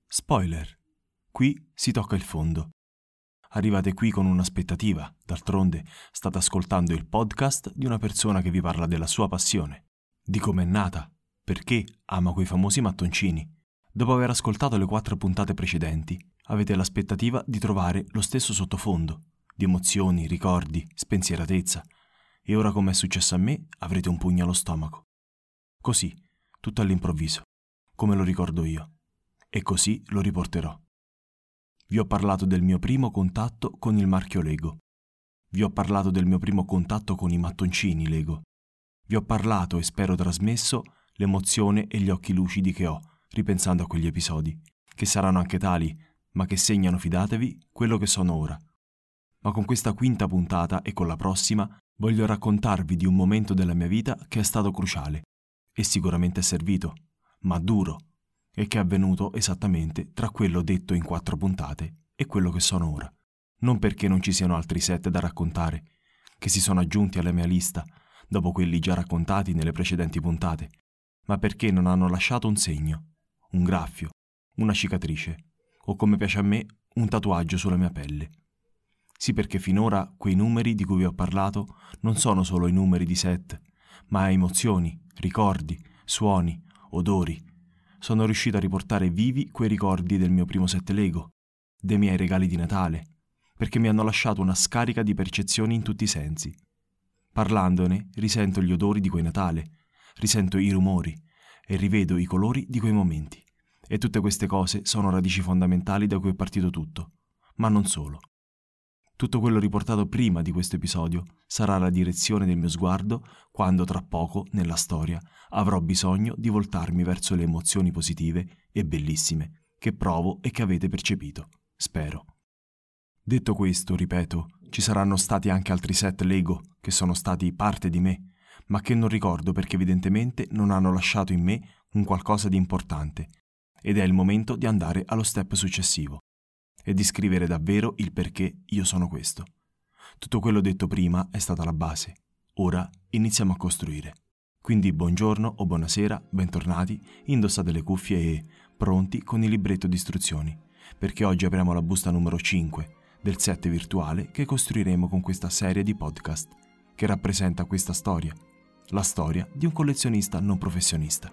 Spoiler! Qui si tocca il fondo. Arrivate qui con un'aspettativa, d'altronde state ascoltando il podcast di una persona che vi parla della sua passione, di come è nata, perché ama quei famosi mattoncini. Dopo aver ascoltato le 4 puntate precedenti, avete l'aspettativa di trovare lo stesso sottofondo, di emozioni, ricordi, spensieratezza, e ora, come è successo a me, avrete un pugno allo stomaco. Così, tutto all'improvviso, come lo ricordo io. E così lo riporterò. Vi ho parlato del mio primo contatto con il marchio Lego. Vi ho parlato del mio primo contatto con i mattoncini Lego. Vi ho parlato e spero trasmesso l'emozione e gli occhi lucidi che ho, ripensando a quegli episodi, che saranno anche tali, ma che segnano, fidatevi, quello che sono ora. Ma con questa 5ª puntata e con la prossima voglio raccontarvi di un momento della mia vita che è stato cruciale, e sicuramente è servito, ma duro, e che è avvenuto esattamente tra quello detto in 4 puntate e quello che sono ora. Non perché non ci siano altri 7 da raccontare, che si sono aggiunti alla mia lista, dopo quelli già raccontati nelle precedenti puntate, ma perché non hanno lasciato un segno, un graffio, una cicatrice, o come piace a me, un tatuaggio sulla mia pelle. Sì, perché finora quei numeri di cui vi ho parlato non sono solo i numeri di set, ma emozioni, ricordi, suoni, odori. Sono riuscito a riportare vivi quei ricordi del mio primo set Lego, dei miei regali di Natale, perché mi hanno lasciato una scarica di percezioni in tutti i sensi. Parlandone risento gli odori di quei Natale, risento i rumori e rivedo i colori di quei momenti. E tutte queste cose sono radici fondamentali da cui è partito tutto, ma non solo. Tutto quello riportato prima di questo episodio sarà la direzione del mio sguardo quando tra poco, nella storia, avrò bisogno di voltarmi verso le emozioni positive e bellissime che provo e che avete percepito, spero. Detto questo, ripeto, ci saranno stati anche altri set Lego che sono stati parte di me, ma che non ricordo perché evidentemente non hanno lasciato in me un qualcosa di importante, ed è il momento di andare allo step successivo e di scrivere davvero il perché io sono questo. Tutto quello detto prima è stata la base. Ora iniziamo a costruire. Quindi buongiorno o buonasera, bentornati, indossate le cuffie e pronti con il libretto di istruzioni, perché oggi apriamo la busta numero 5 del set virtuale che costruiremo con questa serie di podcast, che rappresenta questa storia, la storia di un collezionista non professionista.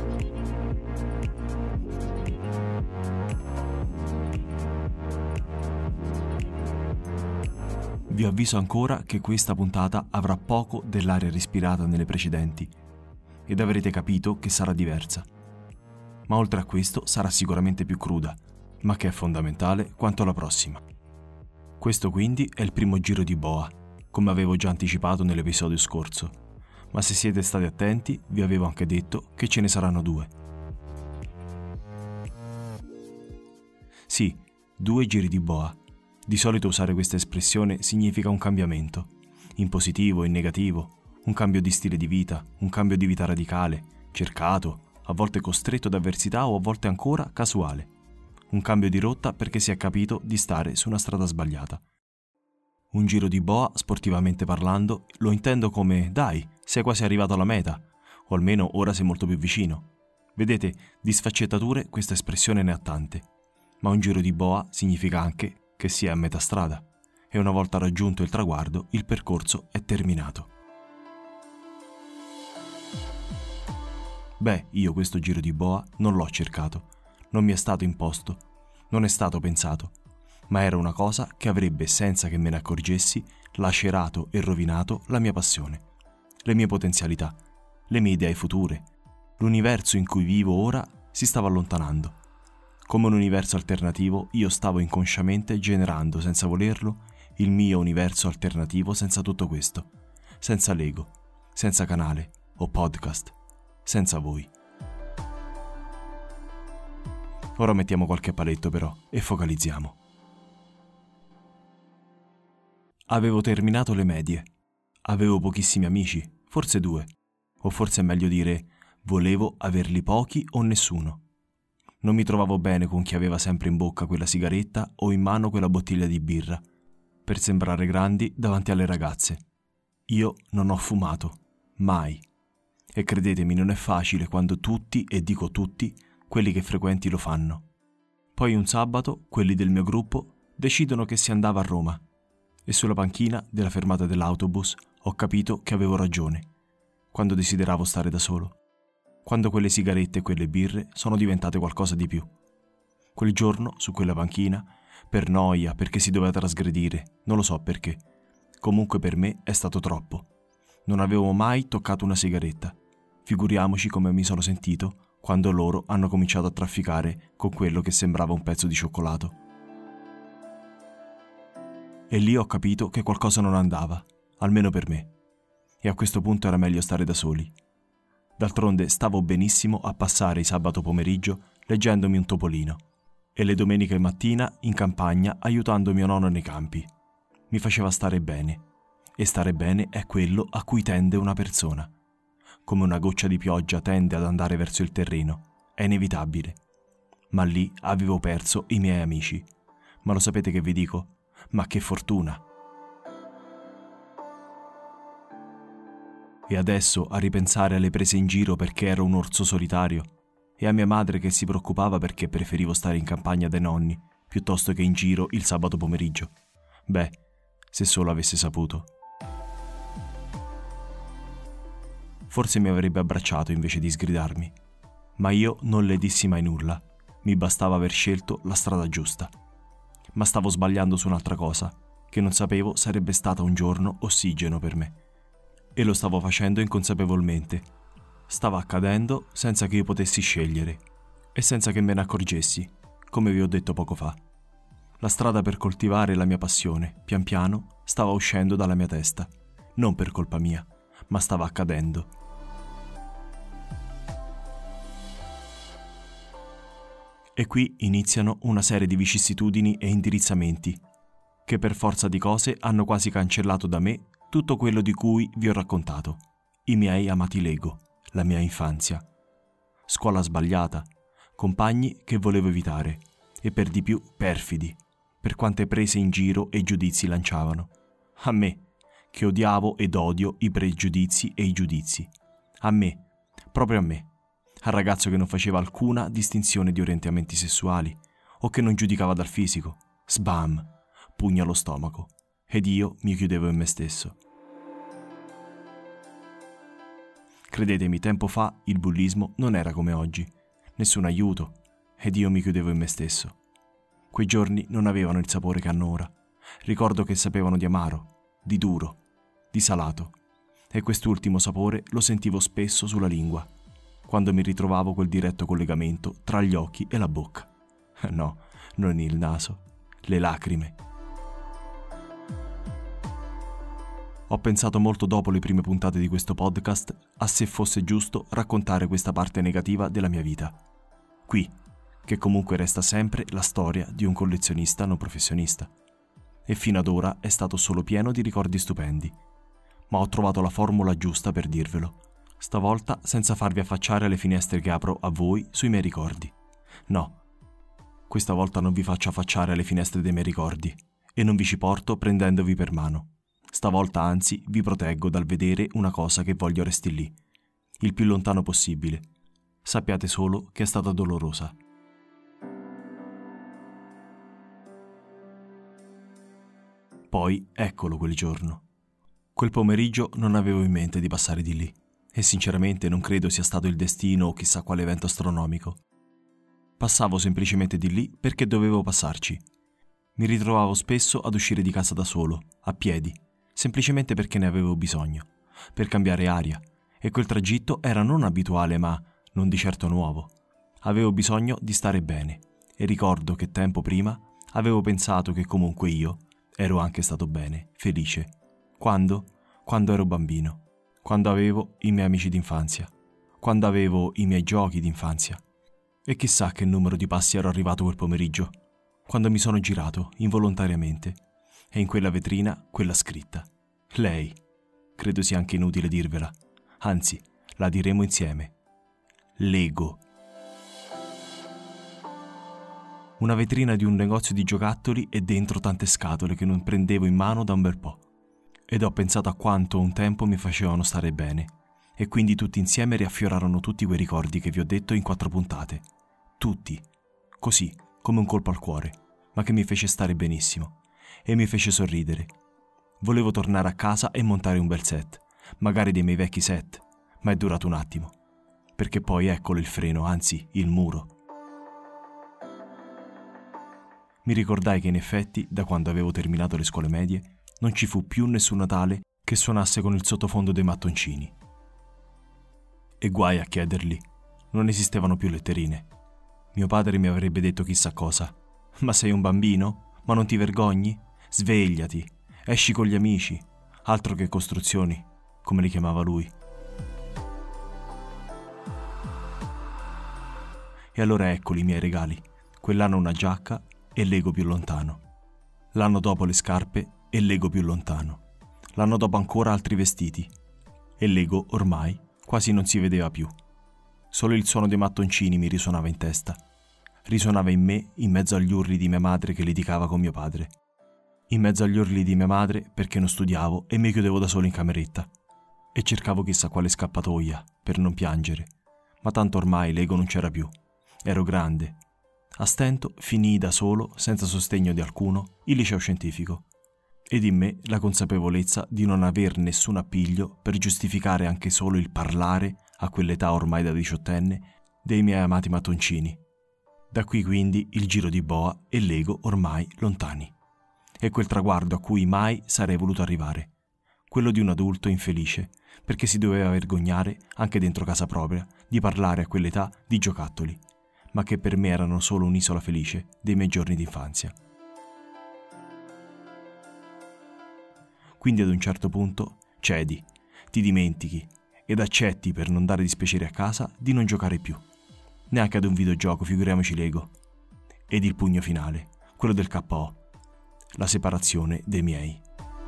Vi avviso ancora che questa puntata avrà poco dell'aria respirata nelle precedenti ed avrete capito che sarà diversa. Ma oltre a questo sarà sicuramente più cruda, ma che è fondamentale quanto la prossima. Questo quindi è il primo giro di boa, come avevo già anticipato nell'episodio scorso, ma se siete stati attenti vi avevo anche detto che ce ne saranno 2. Sì, 2 giri di boa. Di solito usare questa espressione significa un cambiamento, in positivo, in negativo, un cambio di stile di vita, un cambio di vita radicale, cercato, a volte costretto da avversità o a volte ancora casuale. Un cambio di rotta perché si è capito di stare su una strada sbagliata. Un giro di boa, sportivamente parlando, lo intendo come dai, sei quasi arrivato alla meta, o almeno ora sei molto più vicino. Vedete, di sfaccettature questa espressione ne ha tante, ma un giro di boa significa anche che si è a metà strada e una volta raggiunto il traguardo il percorso è terminato. Beh, io questo giro di boa non l'ho cercato, non mi è stato imposto, non è stato pensato, ma era una cosa che avrebbe, senza che me ne accorgessi, lacerato e rovinato la mia passione, le mie potenzialità, le mie idee future. L'universo in cui vivo ora si stava allontanando. Come un universo alternativo, io stavo inconsciamente generando, senza volerlo, il mio universo alternativo senza tutto questo, senza Lego, senza canale o podcast, senza voi. Ora mettiamo qualche paletto però e focalizziamo. Avevo terminato le medie, avevo pochissimi amici, forse 2, o forse è meglio dire volevo averli pochi o nessuno. Non mi trovavo bene con chi aveva sempre in bocca quella sigaretta o in mano quella bottiglia di birra, per sembrare grandi davanti alle ragazze. Io non ho fumato, mai. E credetemi, non è facile quando tutti, e dico tutti, quelli che frequenti lo fanno. Poi un sabato, quelli del mio gruppo decidono che si andava a Roma e sulla panchina della fermata dell'autobus ho capito che avevo ragione, quando desideravo stare da solo, quando quelle sigarette e quelle birre sono diventate qualcosa di più. Quel giorno, su quella panchina, per noia, perché si doveva trasgredire, non lo so perché, comunque per me è stato troppo. Non avevo mai toccato una sigaretta, figuriamoci come mi sono sentito quando loro hanno cominciato a trafficare con quello che sembrava un pezzo di cioccolato. E lì ho capito che qualcosa non andava, almeno per me, e a questo punto era meglio stare da soli. D'altronde stavo benissimo a passare il sabato pomeriggio leggendomi un Topolino e le domeniche mattina in campagna aiutando mio nonno nei campi. Mi faceva stare bene, e stare bene è quello a cui tende una persona. Come una goccia di pioggia tende ad andare verso il terreno, è inevitabile. Ma lì avevo perso i miei amici. Ma lo sapete che vi dico? Ma che fortuna! E adesso a ripensare alle prese in giro perché ero un orso solitario e a mia madre che si preoccupava perché preferivo stare in campagna dai nonni piuttosto che in giro il sabato pomeriggio. Beh, se solo avesse saputo. Forse mi avrebbe abbracciato invece di sgridarmi, ma io non le dissi mai nulla, mi bastava aver scelto la strada giusta. Ma stavo sbagliando su un'altra cosa, che non sapevo sarebbe stata un giorno ossigeno per me. E lo stavo facendo inconsapevolmente. Stava accadendo senza che io potessi scegliere e senza che me ne accorgessi, come vi ho detto poco fa. La strada per coltivare la mia passione, pian piano, stava uscendo dalla mia testa, non per colpa mia, ma stava accadendo. E qui iniziano una serie di vicissitudini e indirizzamenti che per forza di cose hanno quasi cancellato da me tutto quello di cui vi ho raccontato, i miei amati Lego, la mia infanzia. Scuola sbagliata, compagni che volevo evitare e per di più perfidi, per quante prese in giro e giudizi lanciavano. A me, che odiavo ed odio i pregiudizi e i giudizi. A me, proprio a me. Al ragazzo che non faceva alcuna distinzione di orientamenti sessuali o che non giudicava dal fisico. Sbam! Pugno allo stomaco. Ed io mi chiudevo in me stesso. Credetemi, tempo fa il bullismo non era come oggi. Nessun aiuto. Ed io mi chiudevo in me stesso. Quei giorni non avevano il sapore che hanno ora. Ricordo che sapevano di amaro, di duro, di salato. E quest'ultimo sapore lo sentivo spesso sulla lingua, quando mi ritrovavo quel diretto collegamento tra gli occhi e la bocca. No, non il naso, le lacrime. Ho pensato molto dopo le prime puntate di questo podcast a se fosse giusto raccontare questa parte negativa della mia vita. Qui, che comunque resta sempre la storia di un collezionista non professionista. E fino ad ora è stato solo pieno di ricordi stupendi. Ma ho trovato la formula giusta per dirvelo. Stavolta senza farvi affacciare alle finestre che apro a voi sui miei ricordi. No, questa volta non vi faccio affacciare alle finestre dei miei ricordi e non vi ci porto prendendovi per mano. Stavolta anzi vi proteggo dal vedere una cosa che voglio resti lì, il più lontano possibile. Sappiate solo che è stata dolorosa. Poi eccolo quel giorno. Quel pomeriggio non avevo in mente di passare di lì e sinceramente non credo sia stato il destino o chissà quale evento astronomico. Passavo semplicemente di lì perché dovevo passarci. Mi ritrovavo spesso ad uscire di casa da solo, a piedi, semplicemente perché ne avevo bisogno, per cambiare aria, e quel tragitto era non abituale ma non di certo nuovo. Avevo bisogno di stare bene e ricordo che tempo prima avevo pensato che comunque io ero anche stato bene, felice. Quando? Quando ero bambino, quando avevo i miei amici d'infanzia, quando avevo i miei giochi d'infanzia. E chissà che numero di passi ero arrivato quel pomeriggio, quando mi sono girato involontariamente e in quella vetrina quella scritta. Lei. Credo sia anche inutile dirvela, anzi, la diremo insieme. Lego. Una vetrina di un negozio di giocattoli e dentro tante scatole che non prendevo in mano da un bel po'. Ed ho pensato a quanto un tempo mi facevano stare bene, e quindi tutti insieme riaffiorarono tutti quei ricordi che vi ho detto in 4 puntate. Tutti. Così, come un colpo al cuore, ma che mi fece stare benissimo e mi fece sorridere. Volevo tornare a casa e montare un bel set, magari dei miei vecchi set, ma è durato un attimo, perché poi eccolo il freno, anzi il muro. Mi ricordai che in effetti, da quando avevo terminato le scuole medie, non ci fu più nessun Natale che suonasse con il sottofondo dei mattoncini. E guai a chiederli, non esistevano più letterine. Mio padre mi avrebbe detto chissà cosa. Ma sei un bambino? Ma non ti vergogni? Svegliati, esci con gli amici. Altro che costruzioni, come li chiamava lui. E allora eccoli i miei regali. Quell'anno una giacca e Lego più lontano. L'anno dopo le scarpe e Lego più lontano. L'anno dopo ancora altri vestiti. E Lego ormai quasi non si vedeva più. Solo il suono dei mattoncini mi risuonava in testa. Risuonava in me in mezzo agli urli di mia madre che litigava con mio padre. In mezzo agli urli di mia madre perché non studiavo e mi chiudevo da solo in cameretta. E cercavo chissà quale scappatoia per non piangere. Ma tanto ormai Lego non c'era più. Ero grande. A stento finii da solo, senza sostegno di alcuno, il liceo scientifico. Ed in me la consapevolezza di non aver nessun appiglio per giustificare anche solo il parlare, a quell'età ormai da 18enne, dei miei amati mattoncini. Da qui quindi il giro di boa e Lego ormai lontani. E quel traguardo a cui mai sarei voluto arrivare. Quello di un adulto infelice, perché si doveva vergognare, anche dentro casa propria, di parlare a quell'età di giocattoli, ma che per me erano solo un'isola felice dei miei giorni d'infanzia. Quindi ad un certo punto cedi, ti dimentichi ed accetti, per non dare dispiacere a casa, di non giocare più. Neanche ad un videogioco, figuriamoci Lego. Ed il pugno finale, quello del KO, la separazione dei miei.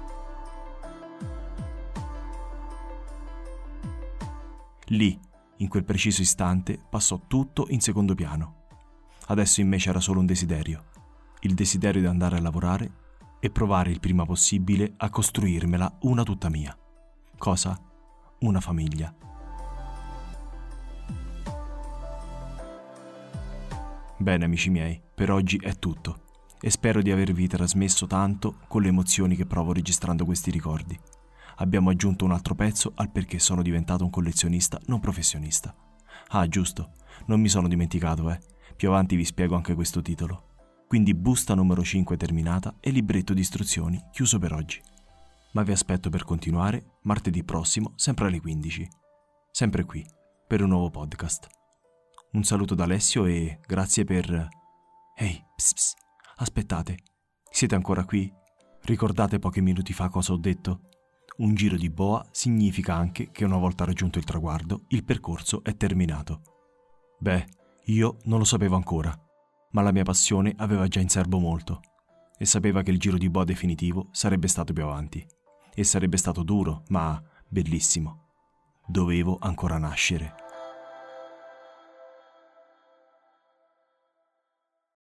Lì, in quel preciso istante, passò tutto in secondo piano. Adesso in me c'era solo un desiderio, il desiderio di andare a lavorare e provare il prima possibile a costruirmela una tutta mia. Cosa? Una famiglia. Bene amici miei, per oggi è tutto e spero di avervi trasmesso tanto con le emozioni che provo registrando questi ricordi. Abbiamo aggiunto un altro pezzo al perché sono diventato un collezionista non professionista. Ah, giusto, non mi sono dimenticato, Più avanti vi spiego anche questo titolo. Quindi busta numero 5 terminata e libretto di istruzioni chiuso per oggi. Ma vi aspetto per continuare martedì prossimo, sempre alle 15. Sempre qui, per un nuovo podcast. Un saluto da Alessio e grazie per... Ehi, pss, aspettate, siete ancora qui? Ricordate pochi minuti fa cosa ho detto? Un giro di boa significa anche che una volta raggiunto il traguardo, il percorso è terminato. Beh, io non lo sapevo ancora, ma la mia passione aveva già in serbo molto e sapeva che il giro di boa definitivo sarebbe stato più avanti. E sarebbe stato duro, ma bellissimo. Dovevo ancora nascere.